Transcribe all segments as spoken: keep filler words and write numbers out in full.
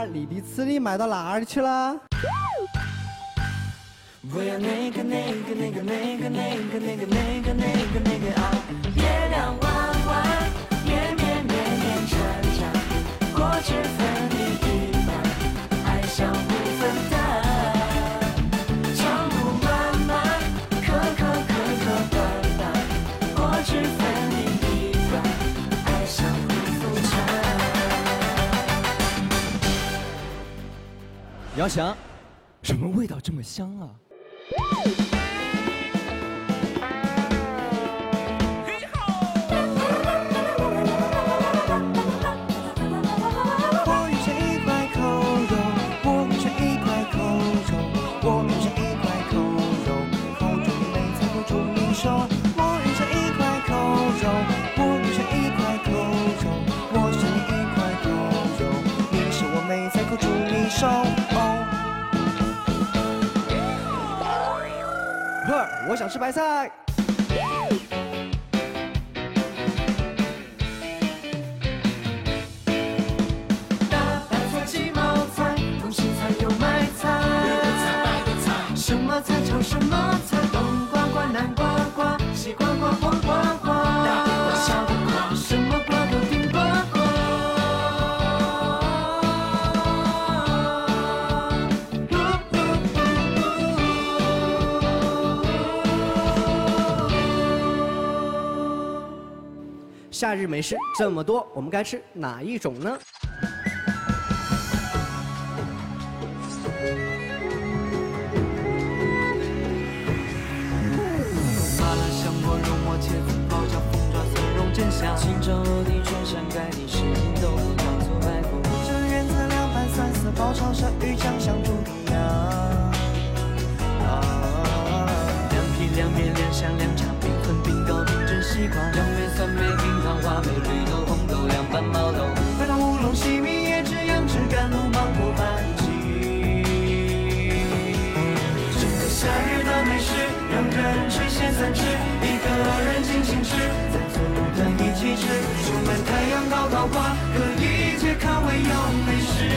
莉莉丝里卖到哪儿去了？ 我要那个那个那个那个那个那个那个那个那个啊！月亮弯弯，绵绵绵绵缠缠，果汁分你一半，爱相互分担。长路漫漫，磕磕磕磕绊绊，果汁分你一半，爱相互扶搀。 杨翔，什么味道这么香啊？ 我遇见一块扣肉，我遇见一块扣肉，我遇见一块扣肉，扣中你没猜扣住你手。我遇见一块扣肉，我遇见一块扣肉，我是你一块扣肉，你是我没猜扣住你手。 呵，我想吃白菜。 什么菜炒什么菜，冬瓜瓜、南瓜瓜、西瓜瓜、黄瓜瓜，大地瓜、小地瓜，什么瓜都顶呱呱。 夏日美食这么多，我们该吃哪一种呢？ 茄子、泡椒、凤爪、蒜蓉煎虾，清蒸肉丁、全山盖地、什锦豆腐、糖醋排骨，蒸圆菜、凉拌三色爆炒鳝鱼、酱香猪蹄呀。凉皮、凉面、凉虾、凉茶、冰粉、冰糕、冰镇西瓜，杨梅、酸梅、冰糖、话梅、绿豆、红豆、凉拌毛豆，白糖、乌龙、西米、椰汁、杨枝甘露、芒果番茄。整个夏日的美食，让人垂涎三尺。 一个人尽情吃，在座的一起吃，出门太阳高高挂，可以解渴唯有美食。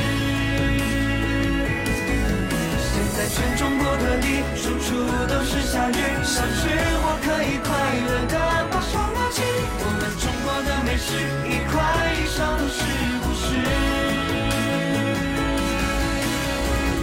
现在全中国各地，处处都是夏日，想吃我可以快乐的把手拿起，我们中国的美食一块一上市。